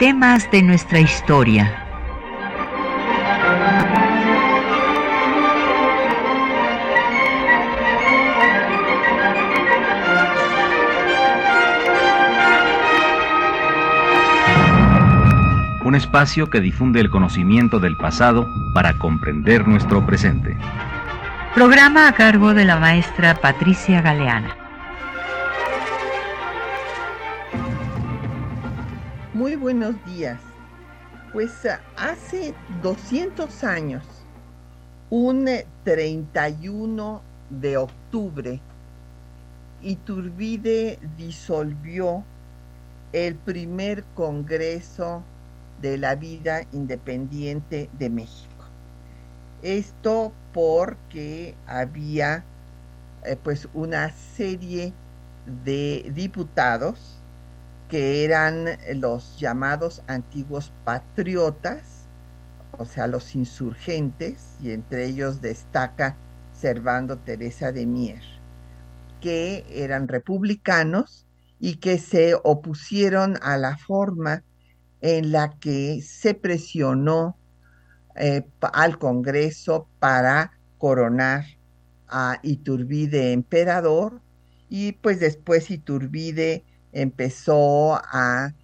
temas de nuestra historia. Un espacio que difunde el conocimiento del pasado para comprender nuestro presente. Programa a cargo de la maestra Patricia Galeana. Muy buenos días. Pues hace 200 años, un 31 de octubre, Iturbide disolvió el primer Congreso de la Vida Independiente de México. Esto porque había pues una serie de diputados que eran los llamados antiguos patriotas, o sea, los insurgentes, y entre ellos destaca Servando Teresa de Mier, que eran republicanos y que se opusieron a la forma en la que se presionó al Congreso para coronar a Iturbide emperador, y pues después Iturbide empezó a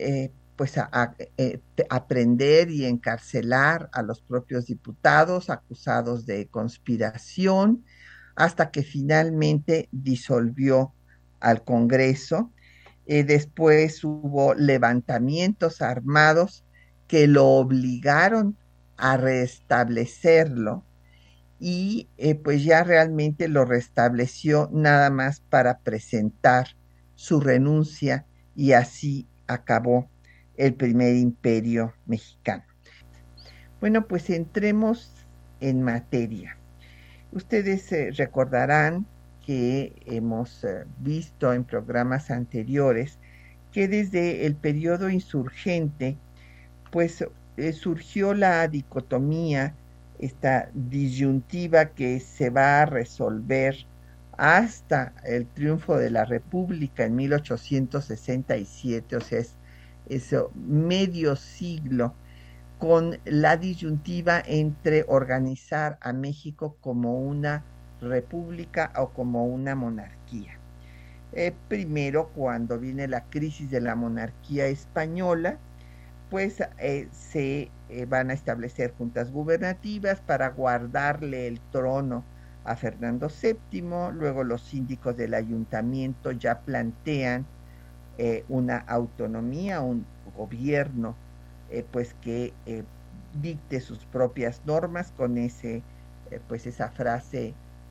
aprender y encarcelar a los propios diputados acusados de conspiración, hasta que finalmente disolvió al Congreso. Después hubo levantamientos armados que lo obligaron a restablecerlo, y pues ya realmente lo restableció nada más para presentar su renuncia, y así acabó el primer imperio mexicano. Bueno, pues entremos en materia. Ustedes recordarán que hemos visto en programas anteriores que desde el periodo insurgente pues surgió la dicotomía, esta disyuntiva que se va a resolver hasta el triunfo de la República en 1867, o sea, es medio siglo, con la disyuntiva entre organizar a México como una república o como una monarquía. Primero, cuando viene la crisis de la monarquía española, pues se van a establecer juntas gubernativas para guardarle el trono a Fernando VII. Luego los síndicos del ayuntamiento ya plantean una autonomía, un gobierno pues que dicte sus propias normas, con esa frase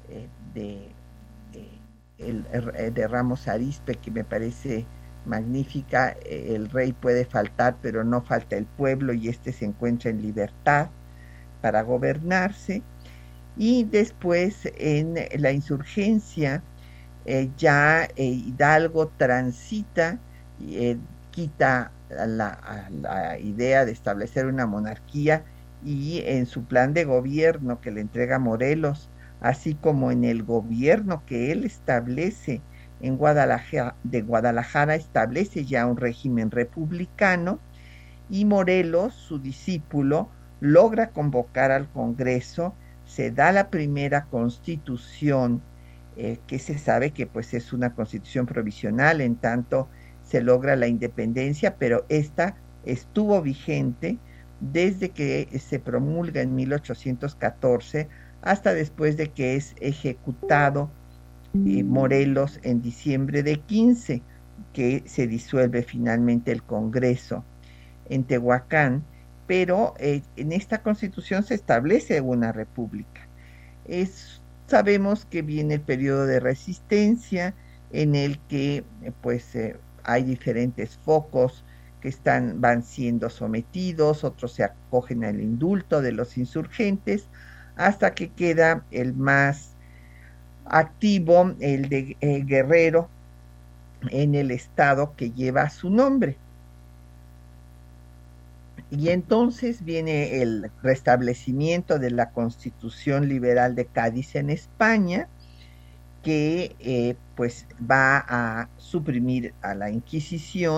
de Ramos Arizpe, que me parece magnífica: el rey puede faltar, pero no falta el pueblo, y este se encuentra en libertad para gobernarse. Y después, en la insurgencia, Hidalgo transita, quita la idea de establecer una monarquía, y en su plan de gobierno que le entrega Morelos, así como en el gobierno que él establece en Guadalajara, establece ya un régimen republicano, y Morelos, su discípulo, logra convocar al Congreso. Se da la primera constitución, que se sabe que pues es una constitución provisional, en tanto se logra la independencia, pero esta estuvo vigente desde que se promulga en 1814 hasta después de que es ejecutado Morelos en diciembre de 15, que se disuelve finalmente el Congreso en Tehuacán, pero en esta constitución se establece una república. Sabemos que viene el periodo de resistencia, en el que hay diferentes focos que van siendo sometidos, otros se acogen al indulto de los insurgentes, hasta que queda el más activo, el de Guerrero, en el estado que lleva su nombre. Y entonces viene el restablecimiento de la Constitución Liberal de Cádiz en España, que va a suprimir a la Inquisición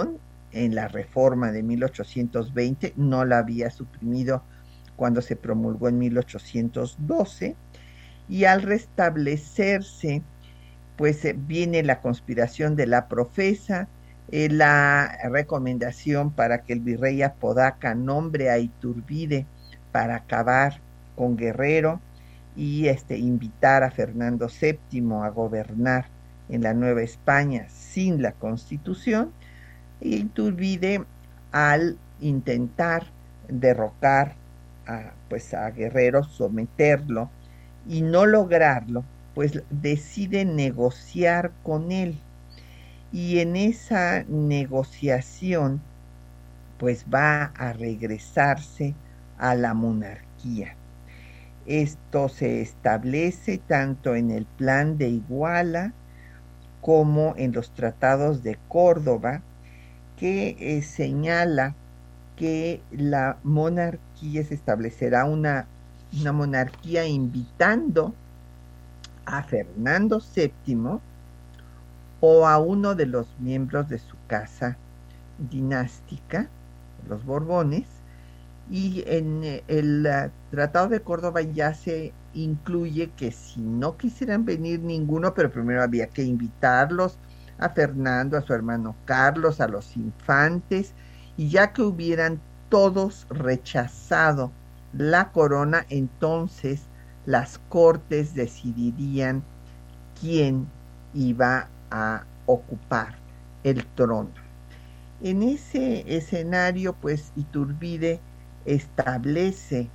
en la reforma de 1820, no la había suprimido cuando se promulgó en 1812, y al restablecerse, pues viene la conspiración de la Profesa, la recomendación para que el virrey Apodaca nombre a Iturbide para acabar con Guerrero y invitar a Fernando VII a gobernar en la Nueva España sin la Constitución. Y Iturbide, al intentar derrocar a Guerrero, someterlo y no lograrlo, pues decide negociar con él. Y en esa negociación, pues va a regresarse a la monarquía. Esto se establece tanto en el Plan de Iguala como en los tratados de Córdoba, que señala que la monarquía se establecerá una monarquía invitando a Fernando VII o a uno de los miembros de su casa dinástica, los Borbones, y en el Tratado de Córdoba ya se incluye que si no quisieran venir ninguno, pero primero había que invitarlos a Fernando, a su hermano Carlos, a los infantes, y ya que hubieran todos rechazado la corona, entonces las cortes decidirían quién iba a ocupar el trono. En ese escenario, pues Iturbide establece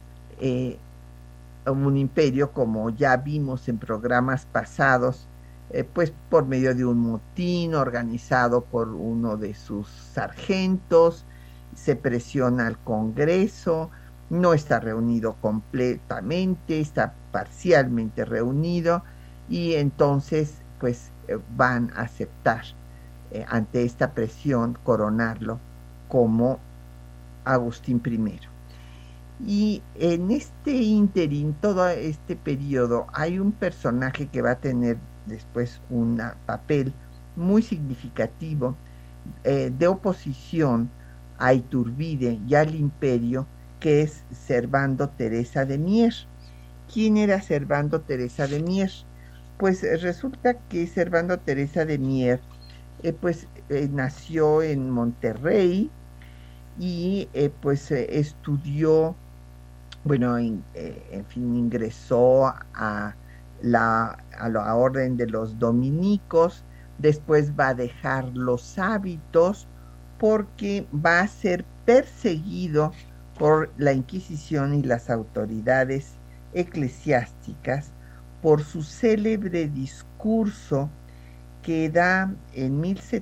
un imperio, como ya vimos en programas pasados, pues por medio de un motín organizado por uno de sus sargentos. Se presiona al Congreso, no está reunido completamente, está parcialmente reunido, y entonces pues van a aceptar ante esta presión coronarlo como Agustín I. Y en este ínterin, todo este periodo, hay un personaje que va a tener después un papel muy significativo de oposición a Iturbide y al imperio, que es Servando Teresa de Mier. ¿Quién era Servando Teresa de Mier? Pues resulta que Servando Teresa de Mier nació en Monterrey y estudió, bueno, en fin, ingresó a la orden de los dominicos. Después va a dejar los hábitos porque va a ser perseguido por la Inquisición y las autoridades eclesiásticas por su célebre discurso que da en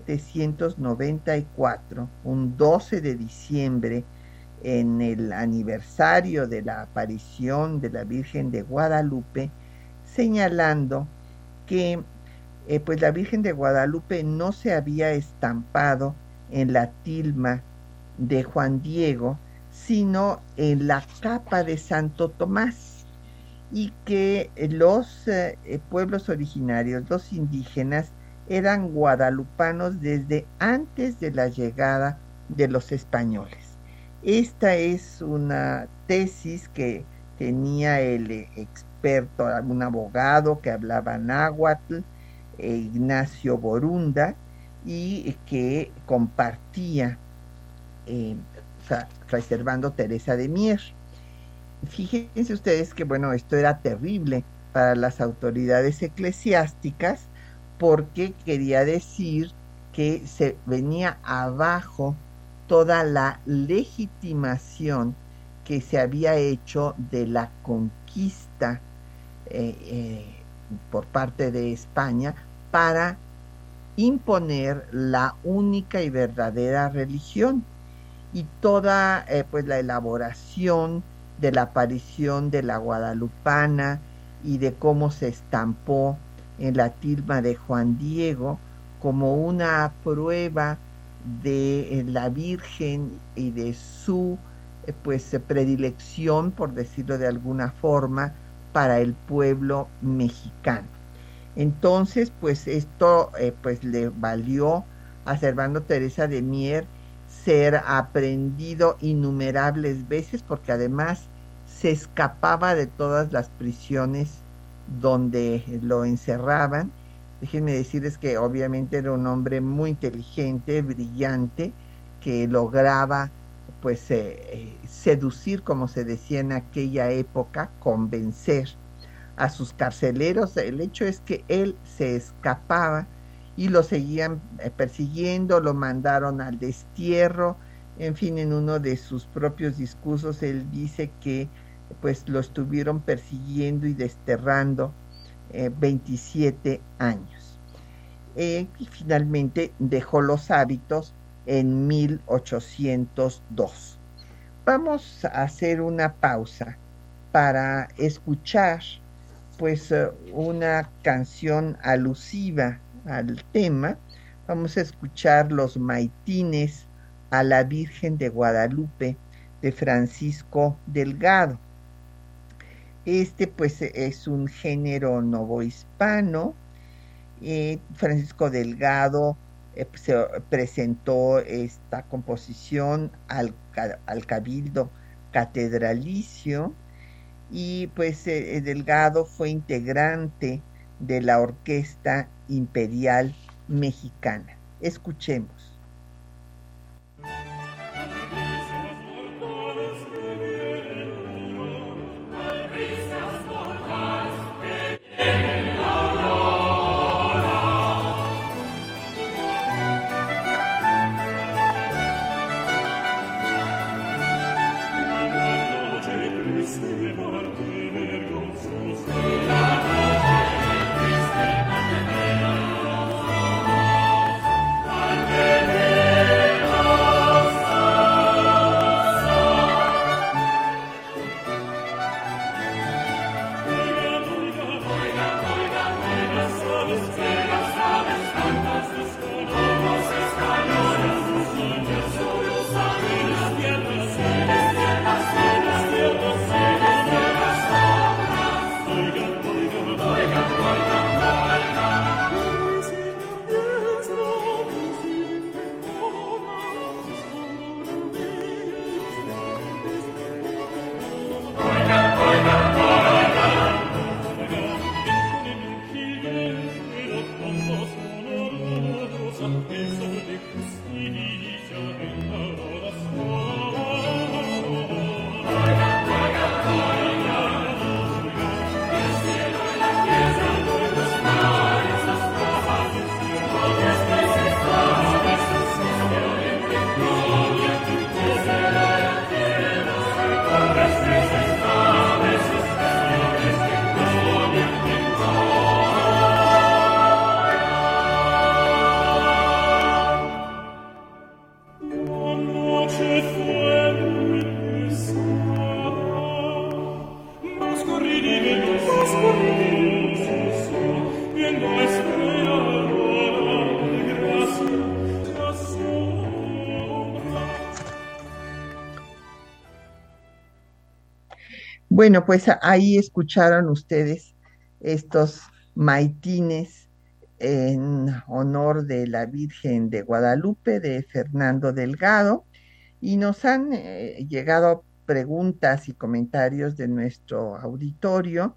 1794, un 12 de diciembre, en el aniversario de la aparición de la Virgen de Guadalupe, señalando que pues la Virgen de Guadalupe no se había estampado en la tilma de Juan Diego, sino en la capa de Santo Tomás, y que los pueblos originarios, los indígenas, eran guadalupanos desde antes de la llegada de los españoles. Esta es una tesis que tenía el experto, un abogado que hablaba náhuatl, Ignacio Borunda, y que compartía Servando Teresa de Mier. Fíjense ustedes que, bueno, esto era terrible para las autoridades eclesiásticas, porque quería decir que se venía abajo toda la legitimación que se había hecho de la conquista por parte de España para imponer la única y verdadera religión, y toda pues la elaboración de la aparición de la guadalupana y de cómo se estampó en la tilma de Juan Diego como una prueba de la Virgen y de su predilección, por decirlo de alguna forma, para el pueblo mexicano. Entonces, pues esto le valió a Servando Teresa de Mier ser aprendido innumerables veces porque además se escapaba de todas las prisiones donde lo encerraban. Déjenme decirles que obviamente era un hombre muy inteligente, brillante, que lograba pues seducir, como se decía en aquella época, convencer a sus carceleros. El hecho es que él se escapaba y lo seguían persiguiendo, lo mandaron al destierro. En fin, en uno de sus propios discursos él dice que pues lo estuvieron persiguiendo y desterrando 27 años. Y finalmente dejó los hábitos en 1802. Vamos a hacer una pausa para escuchar pues una canción alusiva al tema. Vamos a escuchar Los Maitines a la Virgen de Guadalupe de Francisco Delgado. Este pues es un género novohispano. Francisco Delgado se presentó esta composición al Cabildo Catedralicio y pues Delgado fue integrante de la Orquesta Imperial Mexicana. Escuchemos. Bueno, pues ahí escucharon ustedes estos maitines en honor de la Virgen de Guadalupe de Fernando Delgado y nos han llegado preguntas y comentarios de nuestro auditorio.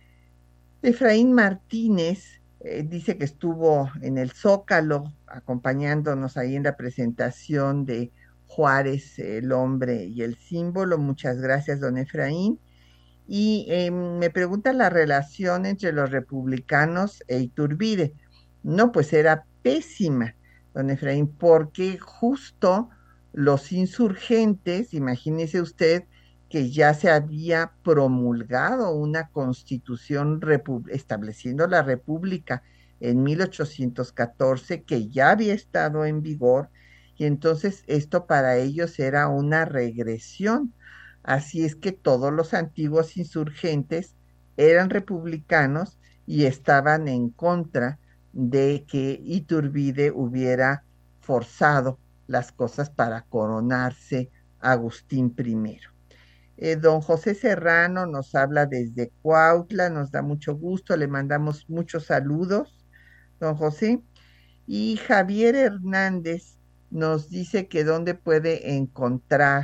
Efraín Martínez dice que estuvo en el Zócalo acompañándonos ahí en la presentación de Juárez, el hombre y el símbolo. Muchas gracias, don Efraín. Y me pregunta la relación entre los republicanos e Iturbide. No, pues era pésima, don Efraín, porque justo los insurgentes, imagínese usted que ya se había promulgado una constitución estableciendo la república en 1814, que ya había estado en vigor, y entonces esto para ellos era una regresión. Así es que todos los antiguos insurgentes eran republicanos y estaban en contra de que Iturbide hubiera forzado las cosas para coronarse Agustín I. Don José Serrano nos habla desde Cuautla, nos da mucho gusto, le mandamos muchos saludos, don José. Y Javier Hernández nos dice que dónde puede encontrar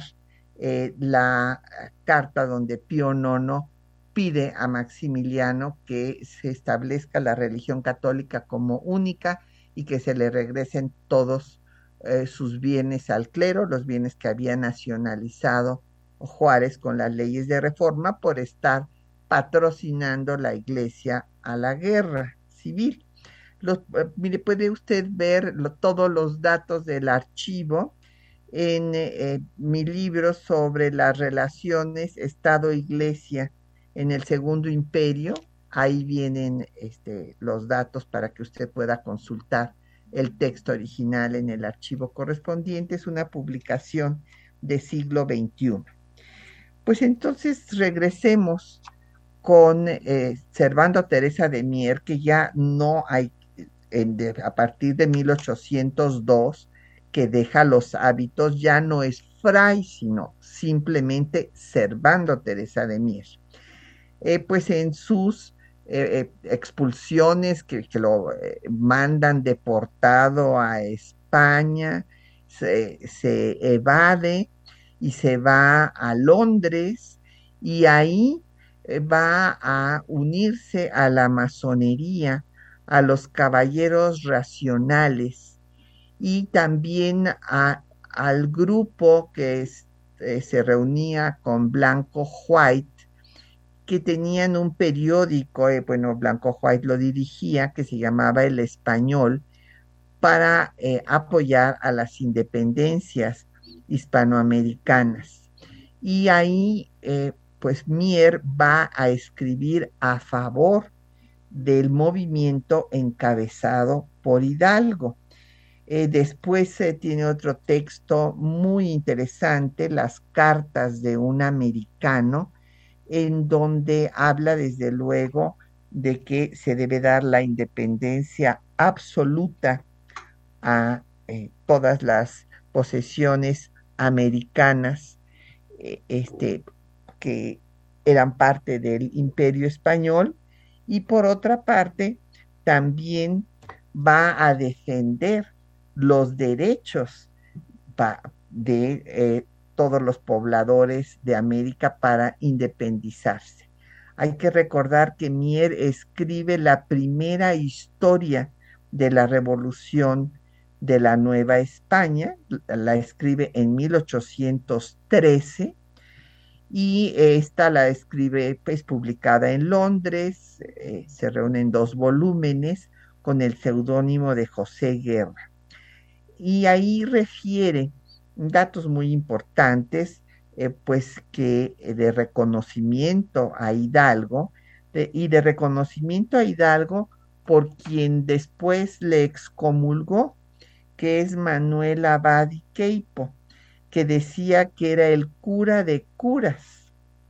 la carta donde Pío IX pide a Maximiliano que se establezca la religión católica como única y que se le regresen todos sus bienes al clero, los bienes que había nacionalizado Juárez con las leyes de reforma por estar patrocinando la iglesia a la guerra civil. Mire, puede usted ver todos los datos del archivo en mi libro sobre las relaciones Estado-Iglesia en el Segundo Imperio. Ahí vienen los datos para que usted pueda consultar el texto original en el archivo correspondiente. Es una publicación de siglo XXI. Pues entonces regresemos con Servando Teresa de Mier, que ya no hay a partir de 1802, que deja los hábitos, ya no es fray, sino simplemente Servando Teresa de Mier. Pues en sus expulsiones que lo mandan deportado a España, se evade y se va a Londres y ahí va a unirse a la masonería, a los caballeros racionales y también al grupo que se reunía con Blanco White, que tenían un periódico, bueno, Blanco White lo dirigía, que se llamaba El Español, para apoyar a las independencias hispanoamericanas. Y ahí, pues Mier va a escribir a favor del movimiento encabezado por Hidalgo. Después tiene otro texto muy interesante, Las cartas de un americano, en donde habla desde luego de que se debe dar la independencia absoluta a todas las posesiones americanas que eran parte del Imperio Español, y por otra parte también va a defender los derechos de todos los pobladores de América para independizarse. Hay que recordar que Mier escribe la primera historia de la Revolución de la Nueva España, la escribe en 1813 y esta la escribe, pues, publicada en Londres, se reúne en 2 volúmenes con el seudónimo de José Guerra. Y ahí refiere datos muy importantes, pues que de reconocimiento a Hidalgo y de reconocimiento a Hidalgo por quien después le excomulgó, que es Manuel Abad y Queipo, que decía que era el cura de curas.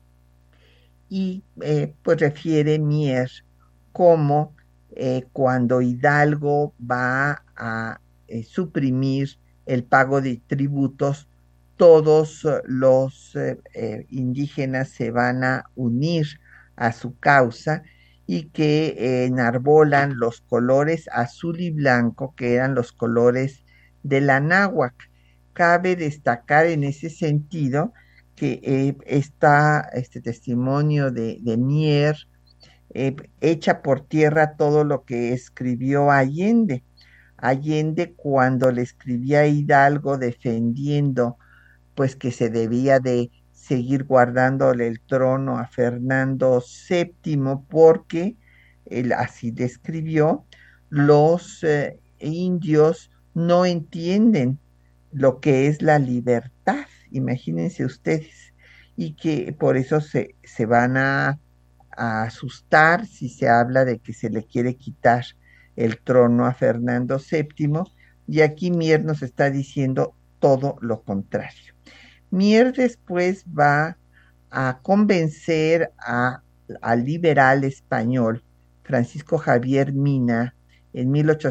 Y pues refiere Mier como cuando Hidalgo va a suprimir el pago de tributos, todos los indígenas se van a unir a su causa y que enarbolan los colores azul y blanco, que eran los colores de la náhuac. Cabe destacar en ese sentido que está este testimonio de Mier, echa por tierra todo lo que escribió Allende. Allende, cuando le escribía a Hidalgo defendiendo pues que se debía de seguir guardándole el trono a Fernando VII porque él así describió, los indios no entienden lo que es la libertad, imagínense ustedes, y que por eso se van a asustar si se habla de que se le quiere quitar el trono a Fernando VII, y aquí Mier nos está diciendo todo lo contrario. Mier después va a convencer al liberal español Francisco Javier Mina en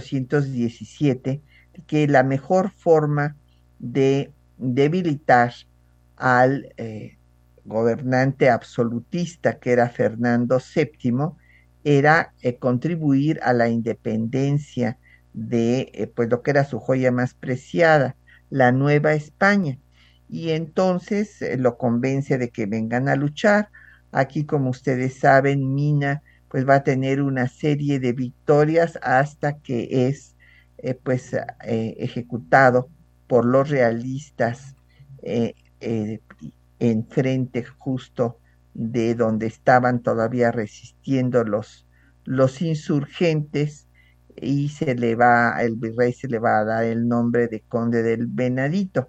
1817 que la mejor forma de debilitar al gobernante absolutista que era Fernando VII era contribuir a la independencia de pues lo que era su joya más preciada, la Nueva España. Y entonces lo convence de que vengan a luchar. Aquí, como ustedes saben, Mina pues va a tener una serie de victorias hasta que es ejecutado por los realistas eh, eh, en frente justo de donde estaban todavía resistiendo los insurgentes, y el virrey se le va a dar el nombre de Conde del Venadito.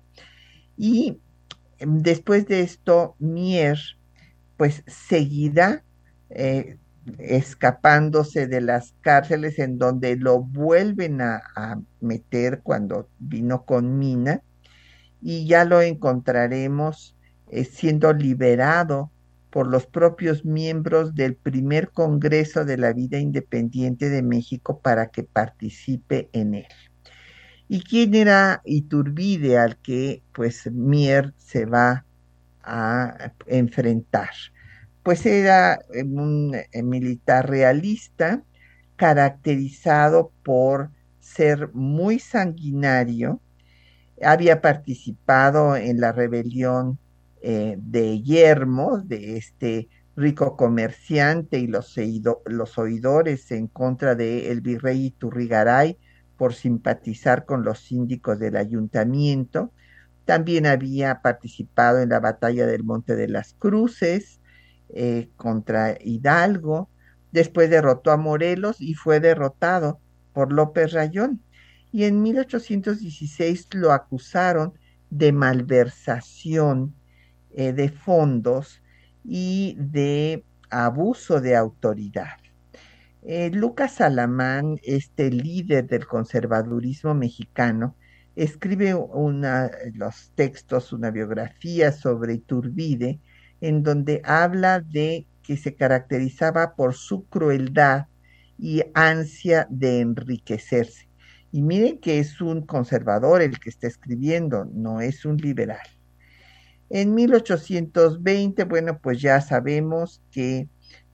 Y después de esto, Mier pues seguirá eh, escapándose de las cárceles en donde lo vuelven a meter cuando vino con Mina, y ya lo encontraremos siendo liberado por los propios miembros del primer Congreso de la Vida Independiente de México para que participe en él. ¿Y quién era Iturbide, al que pues Mier se va a enfrentar? Pues era un militar realista, caracterizado por ser muy sanguinario. Había participado en la rebelión de Yermo, de este rico comerciante, y los oidores en contra del virrey Iturrigaray por simpatizar con los síndicos del ayuntamiento. También había participado en la batalla del Monte de las Cruces contra Hidalgo. Después derrotó a Morelos y fue derrotado por López Rayón. Y en 1816 lo acusaron de malversación de fondos y de abuso de autoridad. Lucas Alamán, este líder del conservadurismo mexicano, escribe los textos, una biografía sobre Iturbide, en donde habla de que se caracterizaba por su crueldad y ansia de enriquecerse. Y miren que es un conservador el que está escribiendo, no es un liberal. En 1820, bueno, pues ya sabemos que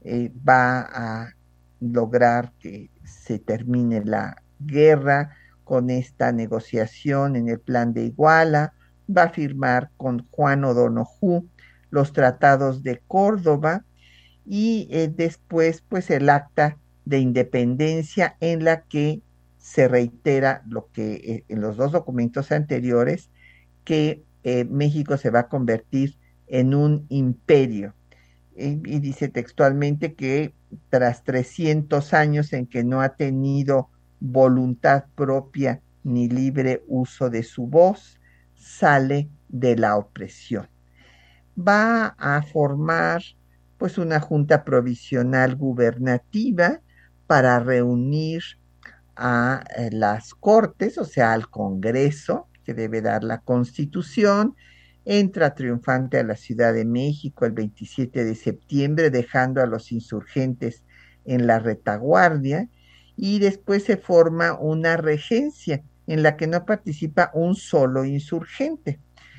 va a lograr que se termine la guerra con esta negociación en el Plan de Iguala. Va a firmar con Juan O'Donoghue los tratados de Córdoba, y después pues el acta de independencia, en la que se reitera lo que en los dos documentos anteriores, que México se va a convertir en un imperio. Y dice textualmente que tras 300 años en que no ha tenido voluntad propia ni libre uso de su voz, sale de la opresión. Va a formar pues una junta provisional gubernativa para reunir a las Cortes, o sea, al Congreso, que debe dar la Constitución. Entra triunfante a la Ciudad de México el 27 de septiembre, dejando a los insurgentes en la retaguardia, y después se forma una regencia en la que no participa un solo insurgente.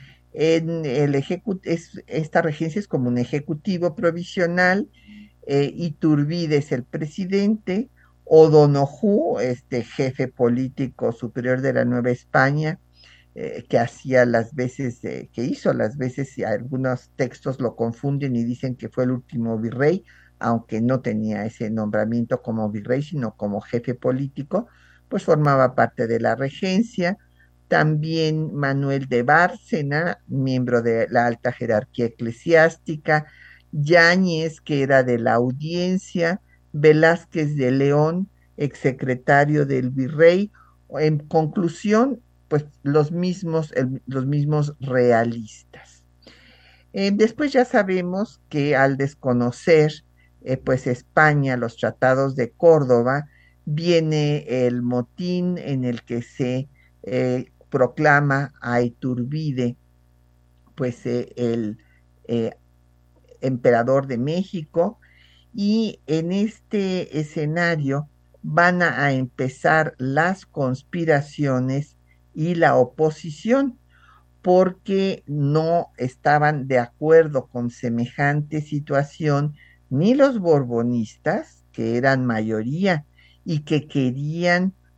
Esta regencia es como un ejecutivo provisional. Iturbide es el presidente. O'Donoghue, este jefe político superior de la Nueva España, que hacía las veces, que hizo las veces, y algunos textos lo confunden y dicen que fue el último virrey, aunque no tenía ese nombramiento como virrey, sino como jefe político, pues formaba parte de la regencia. También Manuel de Bárcena, miembro de la alta jerarquía eclesiástica. Yáñez, que era de la audiencia. Velázquez de León, exsecretario del virrey. En conclusión, pues los mismos realistas. Después ya sabemos que al desconocer pues España los tratados de Córdoba, viene el motín en el que se proclama a Iturbide pues el eh, emperador de México. Y en este escenario van a empezar las conspiraciones y la oposición, porque no estaban de acuerdo con semejante situación ni los borbonistas, que eran mayoría y que querían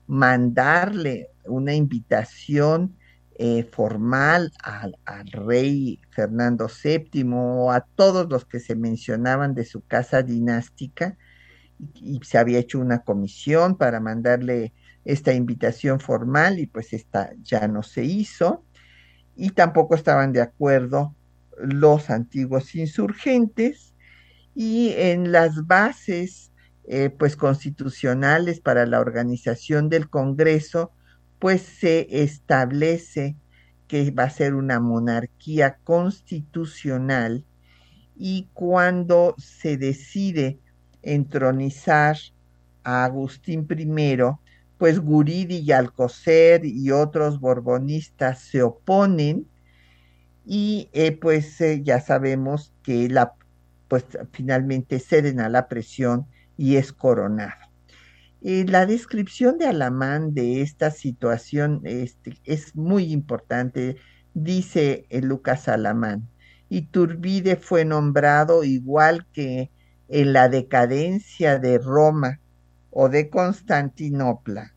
mandarle una invitación formal al rey Fernando VII o a todos los que se mencionaban de su casa dinástica, y se había hecho una comisión para mandarle esta invitación formal y pues esta ya no se hizo, y tampoco estaban de acuerdo los antiguos insurgentes, y en las bases pues constitucionales para la organización del Congreso pues se establece que va a ser una monarquía constitucional, y cuando se decide entronizar a Agustín I, pues Guridi y Alcocer y otros borbonistas se oponen, y ya sabemos que pues finalmente ceden a la presión y es coronado. La descripción de Alamán de esta situación es muy importante. Dice Lucas Alamán: Iturbide fue nombrado igual que en la decadencia de Roma o de Constantinopla.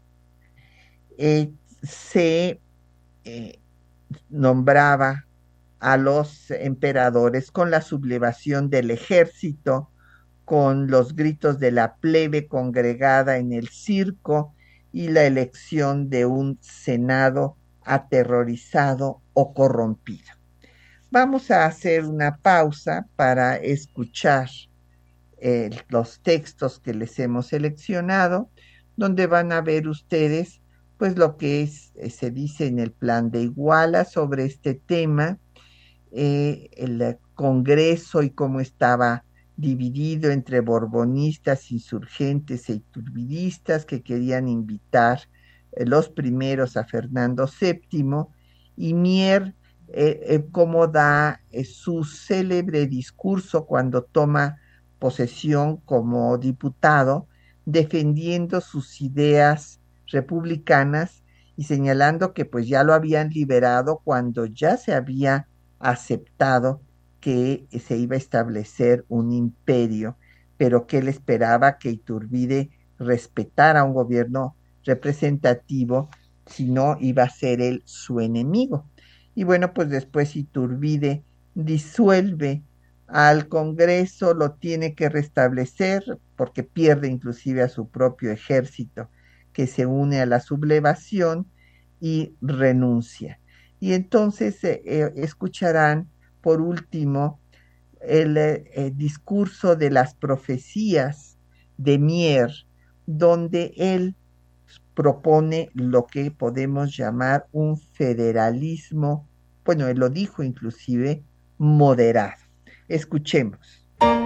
Se nombraba a los emperadores con la sublevación del ejército, con los gritos de la plebe congregada en el circo y la elección de un senado aterrorizado o corrompido. Vamos a hacer una pausa para escuchar los textos que les hemos seleccionado, donde van a ver ustedes pues lo que se dice en el Plan de Iguala sobre este tema, el Congreso y cómo estaba dividido entre borbonistas, insurgentes e iturbidistas que querían invitar los primeros a Fernando VII, y Mier cómo da su célebre discurso cuando toma posesión como diputado, defendiendo sus ideas republicanas y señalando que pues ya lo habían liberado cuando ya se había aceptado que se iba a establecer un imperio, pero que él esperaba que Iturbide respetara un gobierno representativo, si no iba a ser él su enemigo. Y bueno, pues después Iturbide disuelve al Congreso, lo tiene que restablecer porque pierde inclusive a su propio ejército, que se une a la sublevación, y renuncia. Y entonces escucharán por último el discurso de las profecías de Mier, donde él propone lo que podemos llamar un federalismo, bueno, él lo dijo inclusive, moderado. Escuchemos.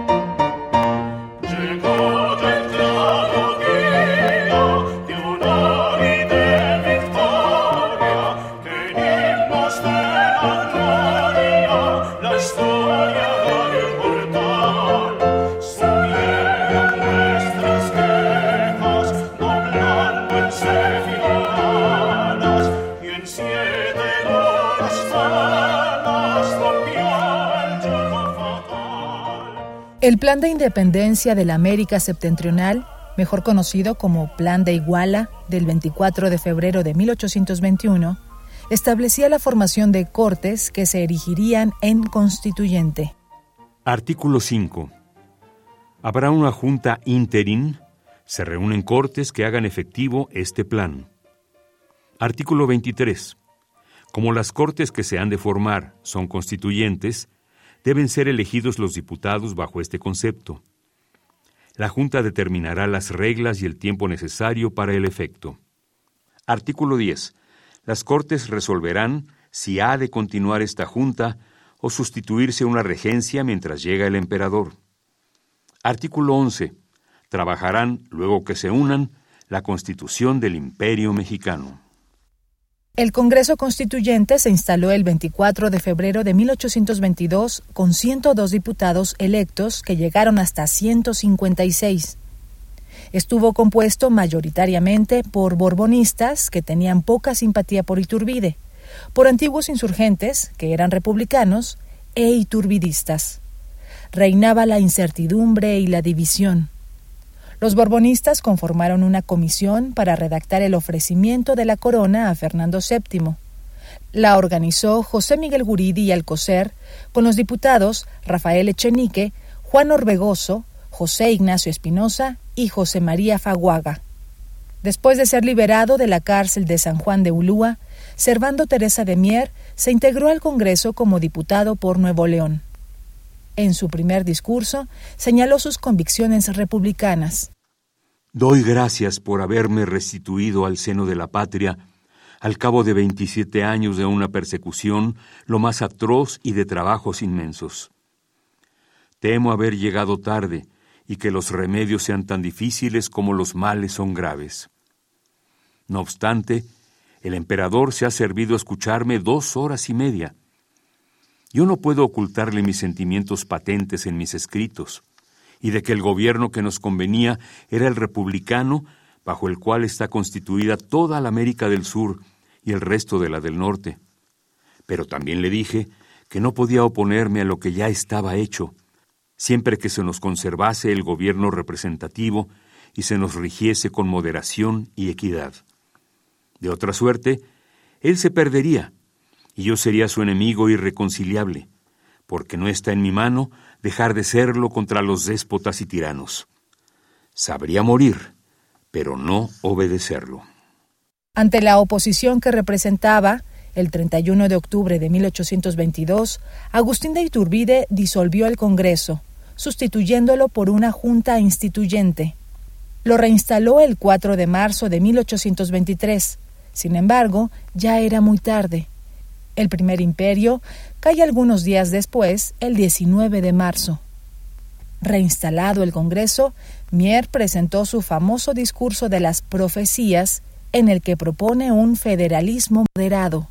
El Plan de Independencia de la América Septentrional, mejor conocido como Plan de Iguala, del 24 de febrero de 1821, establecía la formación de cortes que se erigirían en constituyente. Artículo 5. Habrá una junta interim, se reúnen cortes que hagan efectivo este plan. Artículo 23. Como las cortes que se han de formar son constituyentes, deben ser elegidos los diputados bajo este concepto. La Junta determinará las reglas y el tiempo necesario para el efecto. Artículo 10. Las Cortes resolverán si ha de continuar esta Junta o sustituirse una regencia mientras llega el emperador. Artículo 11. Trabajarán, luego que se unan, la Constitución del Imperio Mexicano. El Congreso Constituyente se instaló el 24 de febrero de 1822 con 102 diputados electos que llegaron hasta 156. Estuvo compuesto mayoritariamente por borbonistas que tenían poca simpatía por Iturbide, por antiguos insurgentes que eran republicanos e iturbidistas. Reinaba la incertidumbre y la división. Los borbonistas conformaron una comisión para redactar el ofrecimiento de la corona a Fernando VII. La organizó José Miguel Guridi y Alcocer, con los diputados Rafael Echenique, Juan Orbegoso, José Ignacio Espinosa y José María Faguaga. Después de ser liberado de la cárcel de San Juan de Ulúa, Servando Teresa de Mier se integró al Congreso como diputado por Nuevo León. En su primer discurso, señaló sus convicciones republicanas. Doy gracias por haberme restituido al seno de la patria al cabo de 27 años de una persecución lo más atroz y de trabajos inmensos. Temo haber llegado tarde y que los remedios sean tan difíciles como los males son graves. No obstante, el emperador se ha servido a escucharme 2 horas y media. Yo no puedo ocultarle mis sentimientos patentes en mis escritos, y de que el gobierno que nos convenía era el republicano, bajo el cual está constituida toda la América del Sur y el resto de la del Norte. Pero también le dije que no podía oponerme a lo que ya estaba hecho, siempre que se nos conservase el gobierno representativo y se nos rigiese con moderación y equidad. De otra suerte, él se perdería, y yo sería su enemigo irreconciliable, porque no está en mi mano dejar de serlo contra los déspotas y tiranos. Sabría morir, pero no obedecerlo. Ante la oposición que representaba, el 31 de octubre de 1822, Agustín de Iturbide disolvió el Congreso, sustituyéndolo por una junta instituyente. Lo reinstaló el 4 de marzo de 1823. Sin embargo, ya era muy tarde. El primer imperio cae algunos días después, el 19 de marzo. Reinstalado el Congreso, Mier presentó su famoso discurso de las profecías, en el que propone un federalismo moderado.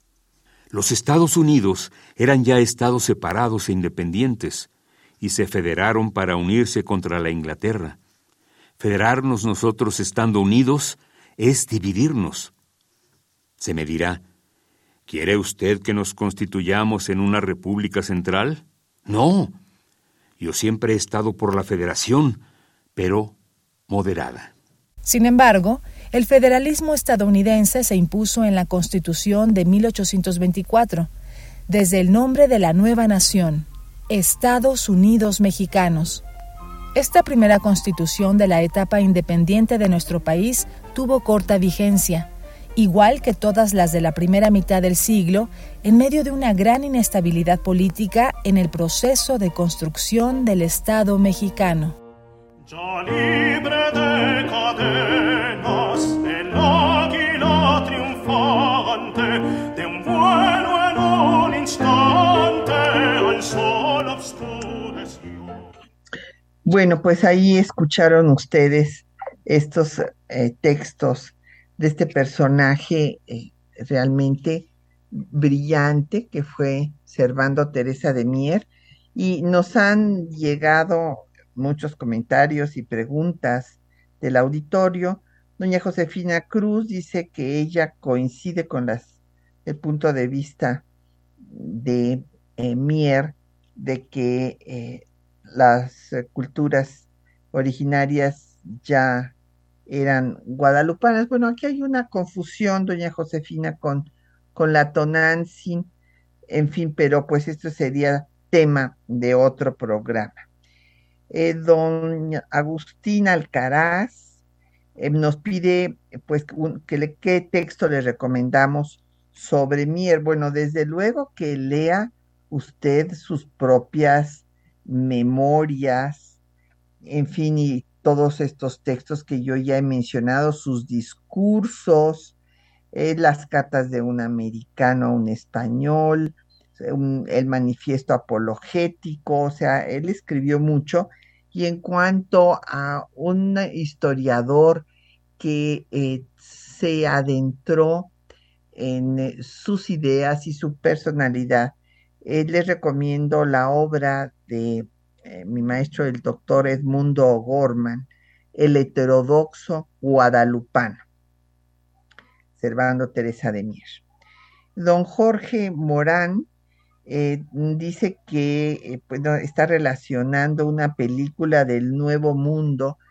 Los Estados Unidos eran ya estados separados e independientes, y se federaron para unirse contra la Inglaterra. Federarnos nosotros estando unidos es dividirnos. Se me dirá, ¿quiere usted que nos constituyamos en una república central? No, yo siempre he estado por la federación, pero moderada. Sin embargo, el federalismo estadounidense se impuso en la Constitución de 1824, desde el nombre de la nueva nación, Estados Unidos Mexicanos. Esta primera constitución de la etapa independiente de nuestro país tuvo corta vigencia, igual que todas las de la primera mitad del siglo, en medio de una gran inestabilidad política en el proceso de construcción del Estado mexicano. Ya libre de cadenas, el águila triunfante, de un vuelo en un instante al sol obscureció. Bueno, pues ahí escucharon ustedes estos textos de este personaje realmente brillante que fue Servando Teresa de Mier, y nos han llegado muchos comentarios y preguntas del auditorio. Doña Josefina Cruz dice que ella coincide con el punto de vista de Mier, de que las culturas originarias ya eran guadalupanas. Bueno, aquí hay una confusión, doña Josefina, con la Tonantzin, en fin, pero pues esto sería tema de otro programa. Don Agustín Alcaraz nos pide pues qué texto le recomendamos sobre Mier. Bueno, desde luego que lea usted sus propias memorias, en fin, y todos estos textos que yo ya he mencionado, sus discursos, las cartas de un americano a un español, el manifiesto apologético, o sea, él escribió mucho. Y en cuanto a un historiador que se adentró en sus ideas y su personalidad, les recomiendo la obra de mi maestro, el doctor Edmundo O'Gorman, El heterodoxo guadalupano, Servando Teresa de Mier. Don Jorge Morán dice que está relacionando una película del Nuevo Mundo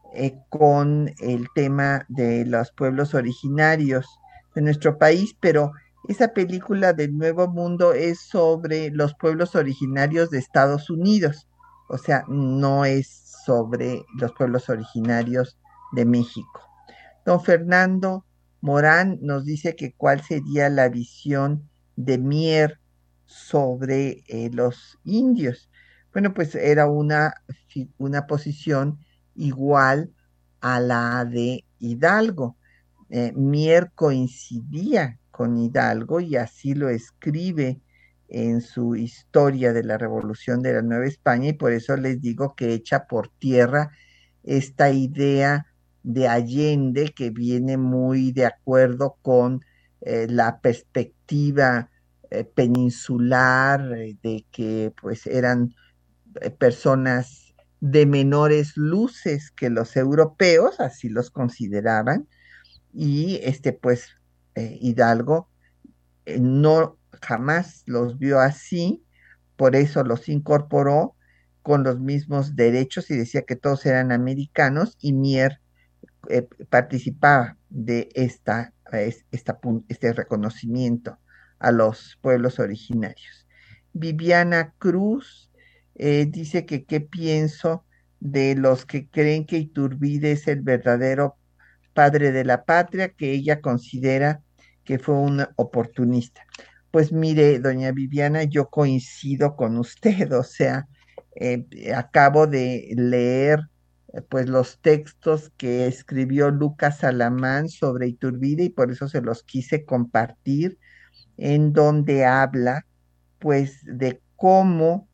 con el tema de los pueblos originarios de nuestro país, pero esa película del Nuevo Mundo es sobre los pueblos originarios de Estados Unidos, o sea, no es sobre los pueblos originarios de México. Don Fernando Morán nos dice que cuál sería la visión de Mier sobre los indios. Bueno, pues era una posición igual a la de Hidalgo. Mier coincidía con Hidalgo y así lo escribe en su historia de la Revolución de la Nueva España y por eso les digo que echa por tierra esta idea de Allende que viene muy de acuerdo con la perspectiva peninsular, de que pues eran personas de menores luces que los europeos, así los consideraban, y pues Hidalgo no jamás los vio así, por eso los incorporó con los mismos derechos y decía que todos eran americanos y Mier participaba de este reconocimiento a los pueblos originarios. Viviana Cruz dice que qué pienso de los que creen que Iturbide es el verdadero padre de la patria, que ella considera que fue un oportunista. Pues mire, doña Viviana, yo coincido con usted, o sea, acabo de leer pues los textos que escribió Lucas Alamán sobre Iturbide y por eso se los quise compartir, en donde habla pues de cómo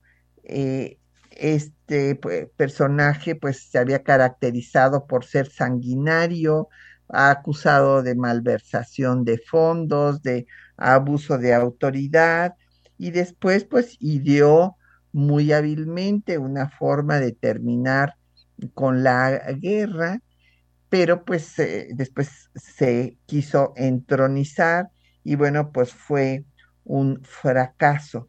personaje pues se había caracterizado por ser sanguinario, acusado de malversación de fondos, de abuso de autoridad y después pues ideó muy hábilmente una forma de terminar con la guerra, pero pues después se quiso entronizar y bueno, pues fue un fracaso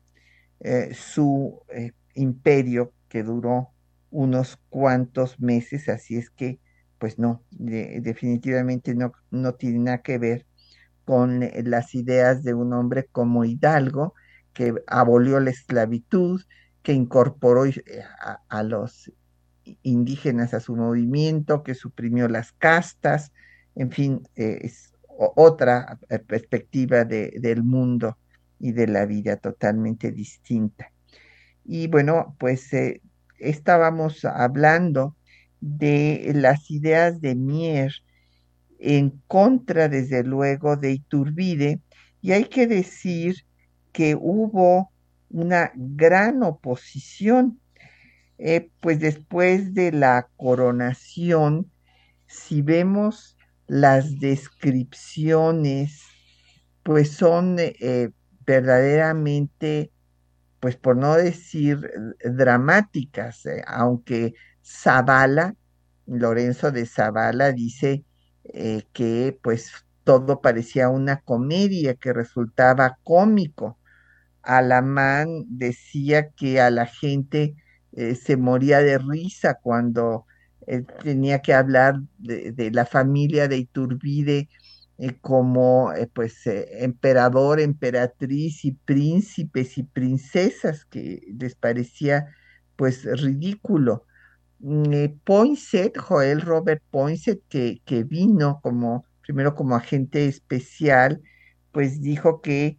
su imperio que duró unos cuantos meses, así es que pues no, definitivamente no tiene nada que ver con las ideas de un hombre como Hidalgo, que abolió la esclavitud, que incorporó a los indígenas a su movimiento, que suprimió las castas, en fin, es otra perspectiva del mundo y de la vida totalmente distinta. Y bueno, pues estábamos hablando de las ideas de Mier en contra, desde luego, de Iturbide, y hay que decir que hubo una gran oposición pues después de la coronación, si vemos las descripciones, pues son verdaderamente, pues por no decir dramáticas, aunque Zavala, Lorenzo de Zavala dice que pues todo parecía una comedia, que resultaba cómico. Alamán decía que a la gente se moría de risa cuando tenía que hablar de la familia de Iturbide como pues emperador, emperatriz y príncipes y princesas, que les parecía pues ridículo. Poinsett, Joel Robert Poinsett, que vino primero como agente especial, pues dijo que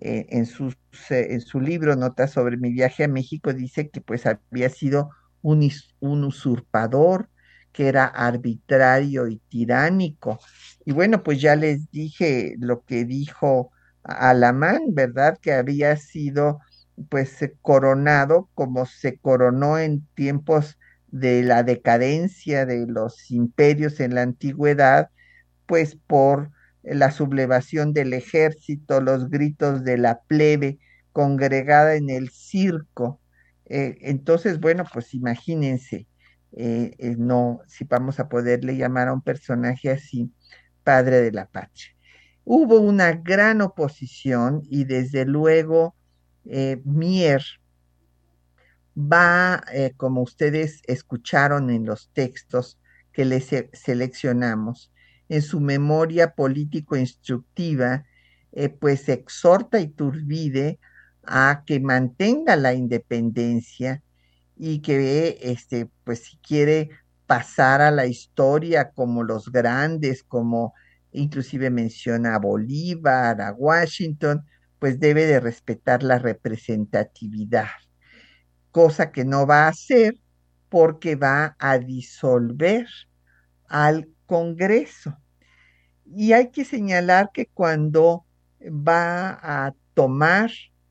en su libro Notas sobre mi viaje a México, dice que pues había sido un usurpador, que era arbitrario y tiránico. Y bueno, pues ya les dije lo que dijo Alamán, ¿verdad? Que había sido pues coronado como se coronó en tiempos de la decadencia de los imperios en la antigüedad, pues por la sublevación del ejército, los gritos de la plebe congregada en el circo. Entonces, bueno, pues imagínense, no, si vamos a poderle llamar a un personaje así, padre de la patria. Hubo una gran oposición y desde luego Mier va, como ustedes escucharon en los textos que le seleccionamos. En su memoria político-instructiva, pues exhorta a Iturbide a que mantenga la independencia y que, pues si quiere pasar a la historia como los grandes, como inclusive menciona a Bolívar, a Washington, pues debe de respetar la representatividad, cosa que no va a hacer porque va a disolver al Congreso. Y hay que señalar que cuando va a tomar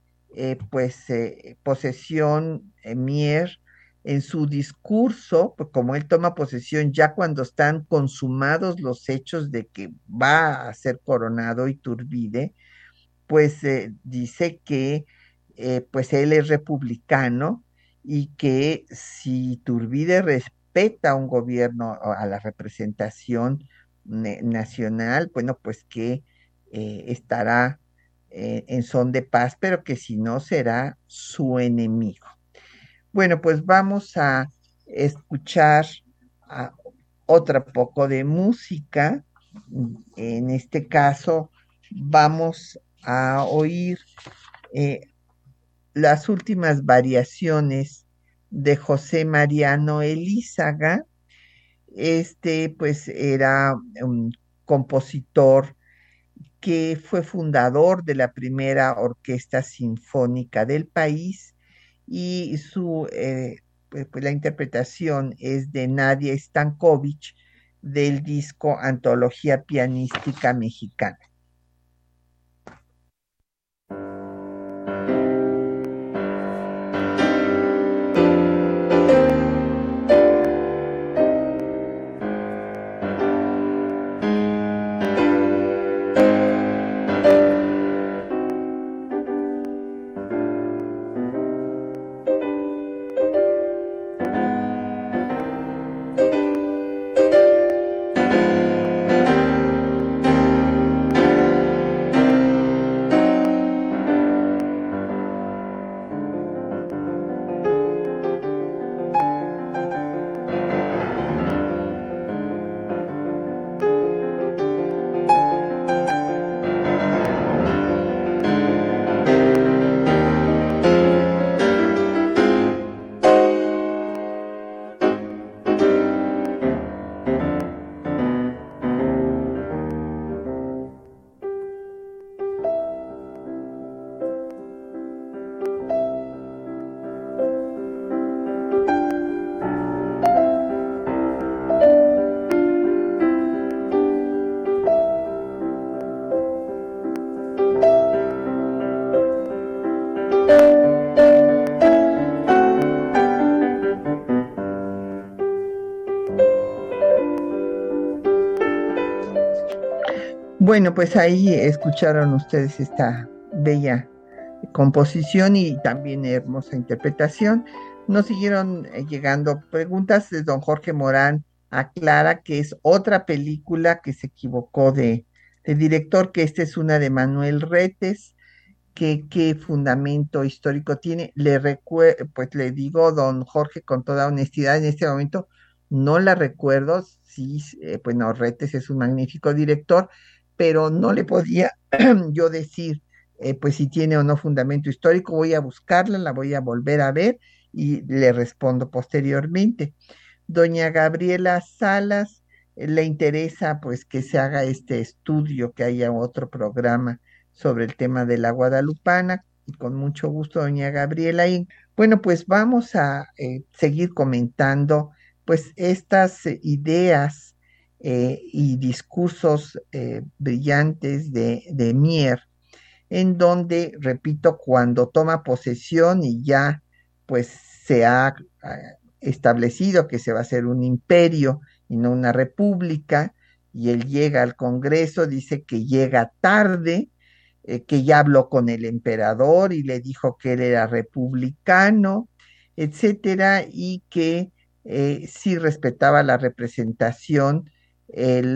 posesión Mier en su discurso, pues como él toma posesión ya cuando están consumados los hechos de que va a ser coronado Iturbide, pues dice que pues él es republicano y que si Iturbide respeta a un gobierno, a la representación nacional, bueno, pues que estará en son de paz, pero que si no será su enemigo. Bueno, pues vamos a escuchar a otra poco de música. En este caso, vamos a oír eh, las últimas variaciones de José Mariano Elízaga. Pues era un compositor que fue fundador de la primera orquesta sinfónica del país y la interpretación es de Nadia Stankovic del disco Antología Pianística Mexicana. Bueno, pues ahí escucharon ustedes esta bella composición y también hermosa interpretación. Nos siguieron llegando preguntas de don Jorge Morán. Aclara que es otra película que se equivocó de director, que esta es una de Manuel Retes, que qué fundamento histórico tiene. Pues le digo, don Jorge, con toda honestidad, en este momento no la recuerdo. Sí, bueno, Retes es un magnífico director, pero no le podía yo decir pues si tiene o no fundamento histórico. Voy a buscarla, la voy a volver a ver y le respondo posteriormente. Doña Gabriela Salas, le interesa pues que se haga este estudio, que haya otro programa sobre el tema de la guadalupana, y con mucho gusto, doña Gabriela. Y bueno, pues vamos a seguir comentando pues estas ideas y discursos brillantes de Mier, en donde, repito, cuando toma posesión y ya pues se ha establecido que se va a hacer un imperio y no una república, y él llega al Congreso, dice que llega tarde, que ya habló con el emperador y le dijo que él era republicano, etcétera, y que si respetaba la representación, él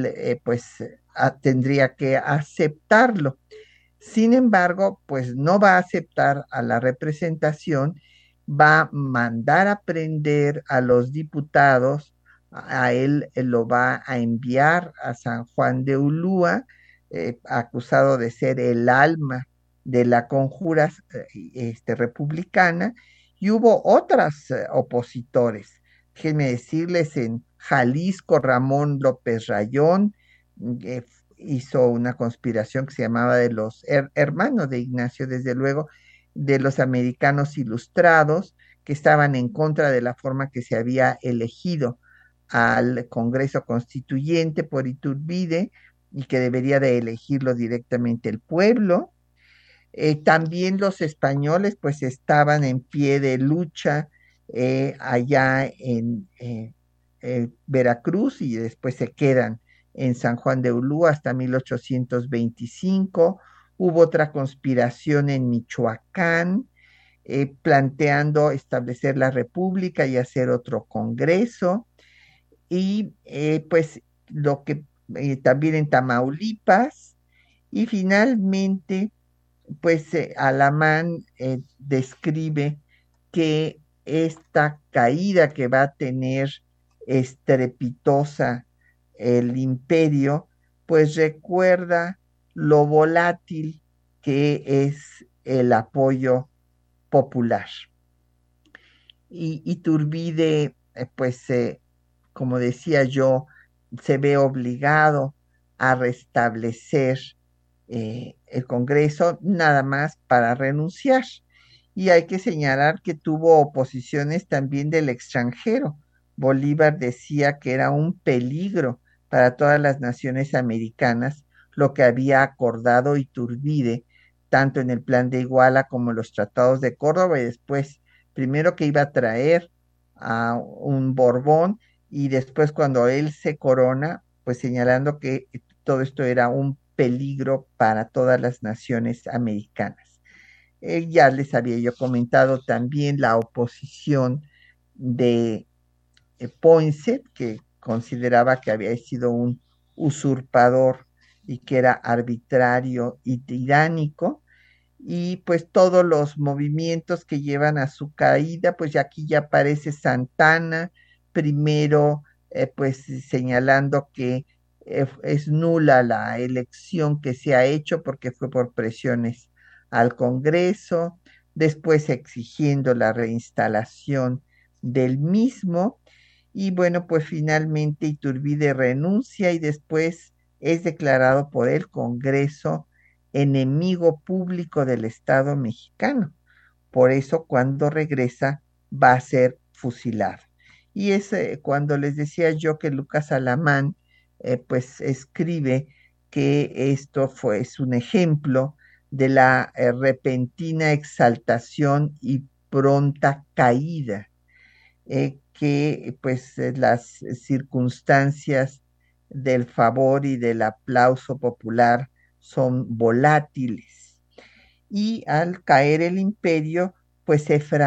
tendría que aceptarlo. Sin embargo, pues no va a aceptar a la representación, va a mandar a prender a los diputados a él lo va a enviar a San Juan de Ulúa, acusado de ser el alma de la conjura republicana, y hubo otros opositores. Déjenme decirles, en Jalisco, Ramón López Rayón hizo una conspiración que se llamaba de los hermanos de Ignacio, desde luego, de los americanos ilustrados, que estaban en contra de la forma que se había elegido al Congreso Constituyente por Iturbide y que debería de elegirlo directamente el pueblo. También los españoles pues estaban en pie de lucha allá en Veracruz, y después se quedan en San Juan de Ulúa hasta 1825. Hubo otra conspiración en Michoacán, planteando establecer la república y hacer otro congreso. Y pues lo que también en Tamaulipas. Y finalmente pues Alamán describe que esta caída que va a tener estrepitosa el imperio, pues recuerda lo volátil que es el apoyo popular. Y Iturbide, pues, como decía yo, se ve obligado a restablecer el Congreso nada más para renunciar. Y hay que señalar que tuvo oposiciones también del extranjero. Bolívar decía que era un peligro para todas las naciones americanas lo que había acordado Iturbide, tanto en el Plan de Iguala como en los tratados de Córdoba, y después, primero que iba a traer a un Borbón, y después cuando él se corona, pues señalando que todo esto era un peligro para todas las naciones americanas. Ya les había yo comentado también la oposición de Poinsett, que consideraba que había sido un usurpador y que era arbitrario y tiránico, y pues todos los movimientos que llevan a su caída, pues ya aquí ya aparece Santana, primero pues señalando que es nula la elección que se ha hecho porque fue por presiones al Congreso, después exigiendo la reinstalación del mismo, y bueno, pues finalmente Iturbide renuncia y después es declarado por el Congreso enemigo público del Estado mexicano. Por eso cuando regresa va a ser fusilado. Y es cuando les decía yo que Lucas Alamán pues escribe que esto es un ejemplo de la repentina exaltación y pronta caída, que pues las circunstancias del favor y del aplauso popular son volátiles. Y al caer el imperio, pues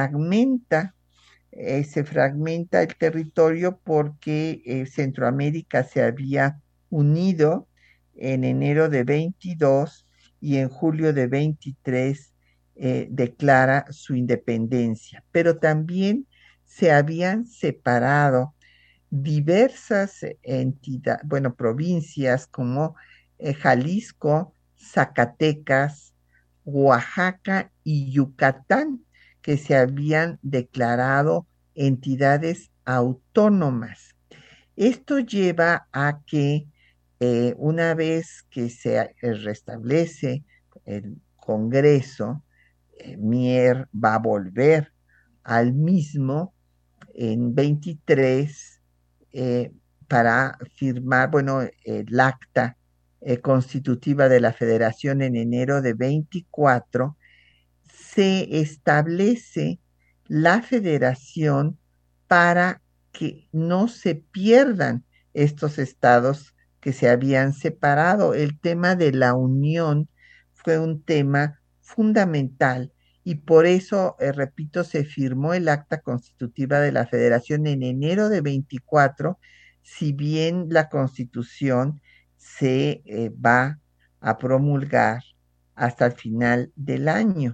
se fragmenta el territorio porque Centroamérica se había unido en enero de 22 y en julio de 23 declara su independencia, pero también se habían separado diversas entidades, bueno, provincias como Jalisco, Zacatecas, Oaxaca y Yucatán, que se habían declarado entidades autónomas. Esto lleva a que una vez que se restablece el Congreso, Mier va a volver al mismo en 23 para firmar, bueno, el acta constitutiva de la Federación en enero de 24, se establece la federación para que no se pierdan estos estados que se habían separado. El tema de la unión fue un tema fundamental y por eso, repito, se firmó el acta constitutiva de la federación en enero de 24, si bien la constitución se va a promulgar hasta el final del año.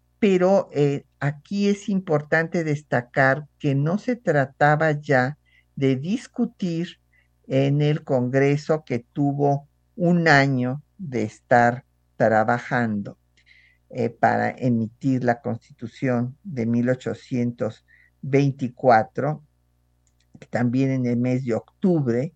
Pero aquí es importante destacar que no se trataba ya de discutir en el Congreso, que tuvo un año de estar trabajando para emitir la Constitución de 1824, también en el mes de octubre,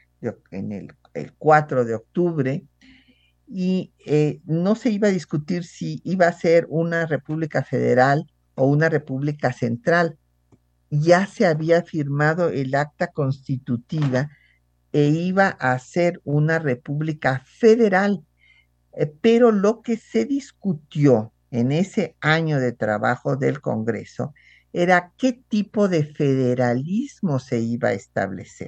el 4 de octubre, y no se iba a discutir si iba a ser una república federal o una república central. Ya se había firmado el acta constitutiva e iba a ser una república federal, pero lo que se discutió en ese año de trabajo del Congreso era qué tipo de federalismo se iba a establecer.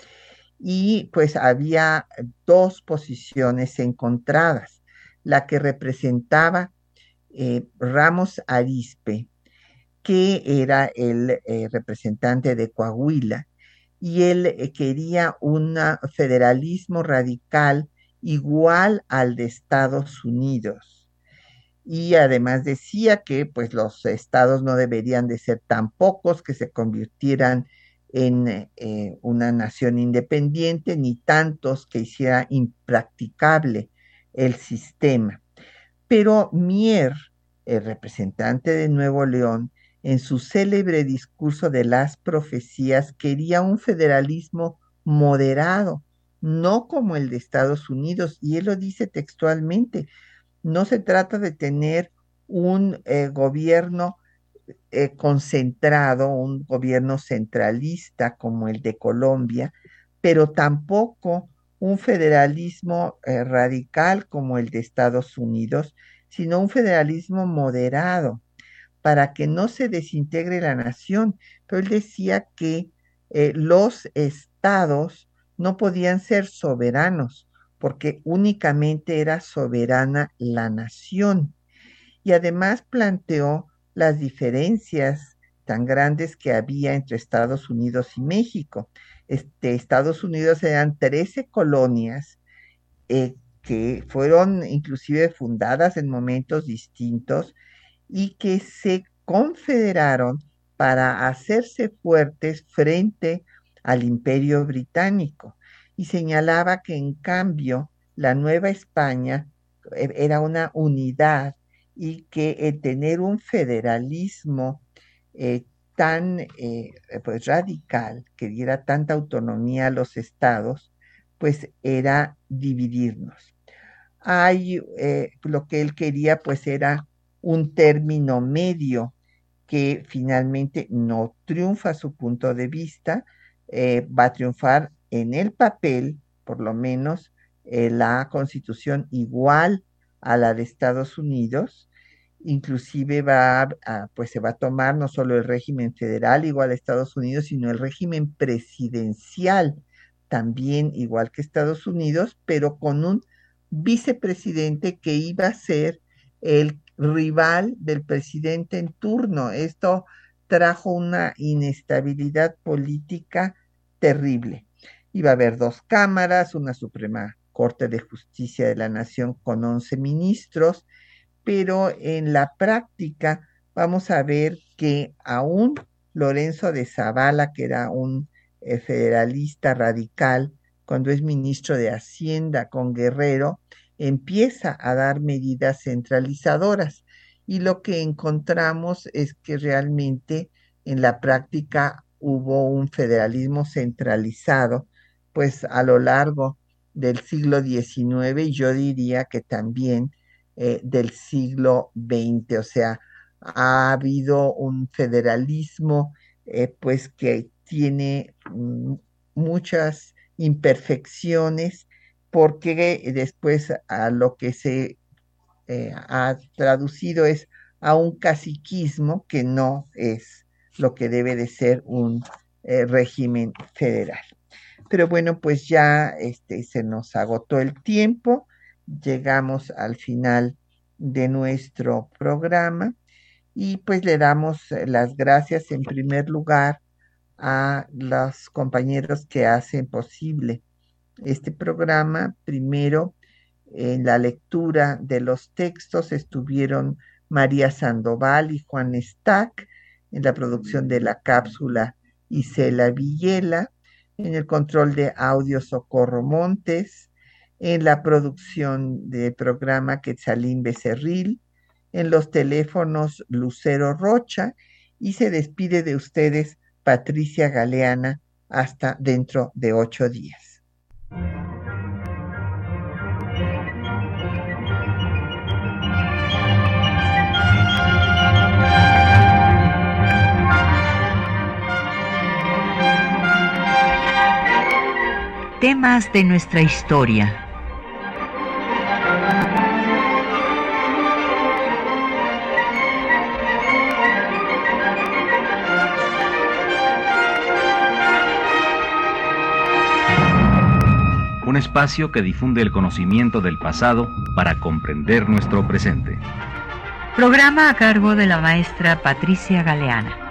Y pues había dos posiciones encontradas: la que representaba Ramos Arizpe, que era el representante de Coahuila, y él quería un federalismo radical igual al de Estados Unidos. Y además decía que pues los estados no deberían de ser tan pocos que se convirtieran en una nación independiente, ni tantos que hiciera impracticable el sistema. Pero Mier, el representante de Nuevo León, en su célebre discurso de las profecías, quería un federalismo moderado, no como el de Estados Unidos, y él lo dice textualmente: no se trata de tener un gobierno concentrado, un gobierno centralista como el de Colombia, pero tampoco un federalismo radical como el de Estados Unidos, sino un federalismo moderado para que no se desintegre la nación. Pero él decía que los estados no podían ser soberanos, porque únicamente era soberana la nación. Y además planteó las diferencias tan grandes que había entre Estados Unidos y México. Estados Unidos eran 13 colonias que fueron inclusive fundadas en momentos distintos y que se confederaron para hacerse fuertes frente al Imperio Británico. Y señalaba que en cambio la Nueva España era una unidad, y que tener un federalismo tan pues radical, que diera tanta autonomía a los estados, pues era dividirnos. Lo que él quería pues era un término medio, que finalmente no triunfa a su punto de vista. Va a triunfar en el papel, por lo menos, la Constitución igual a la de Estados Unidos. Inclusive pues se va a tomar no solo el régimen federal igual a Estados Unidos, sino el régimen presidencial también igual que Estados Unidos, pero con un vicepresidente que iba a ser el rival del presidente en turno. Esto trajo una inestabilidad política terrible. Iba a haber dos cámaras, una Suprema Corte de Justicia de la Nación con 11 ministros, pero en la práctica vamos a ver que aún Lorenzo de Zavala, que era un federalista radical, cuando es ministro de Hacienda con Guerrero, empieza a dar medidas centralizadoras. Y lo que encontramos es que realmente en la práctica hubo un federalismo centralizado, pues a lo largo del siglo XIX, y yo diría que también del siglo XX. O sea, ha habido un federalismo pues que tiene muchas imperfecciones, porque después a lo que se ha traducido es a un caciquismo, que no es lo que debe de ser un régimen federal. Pero bueno, pues ya se nos agotó el tiempo, llegamos al final de nuestro programa, y pues le damos las gracias en primer lugar a los compañeros que hacen posible este programa. Primero, en la lectura de los textos estuvieron María Sandoval y Juan Stack; en la producción de la cápsula, Isela Villela; En el control de audio Socorro Montes, en la producción del programa Quetzalín Becerril, en los teléfonos Lucero Rocha, y se despide de ustedes Patricia Galeana hasta dentro de 8 días. Temas de nuestra historia. Un espacio que difunde el conocimiento del pasado para comprender nuestro presente. Programa a cargo de la maestra Patricia Galeana.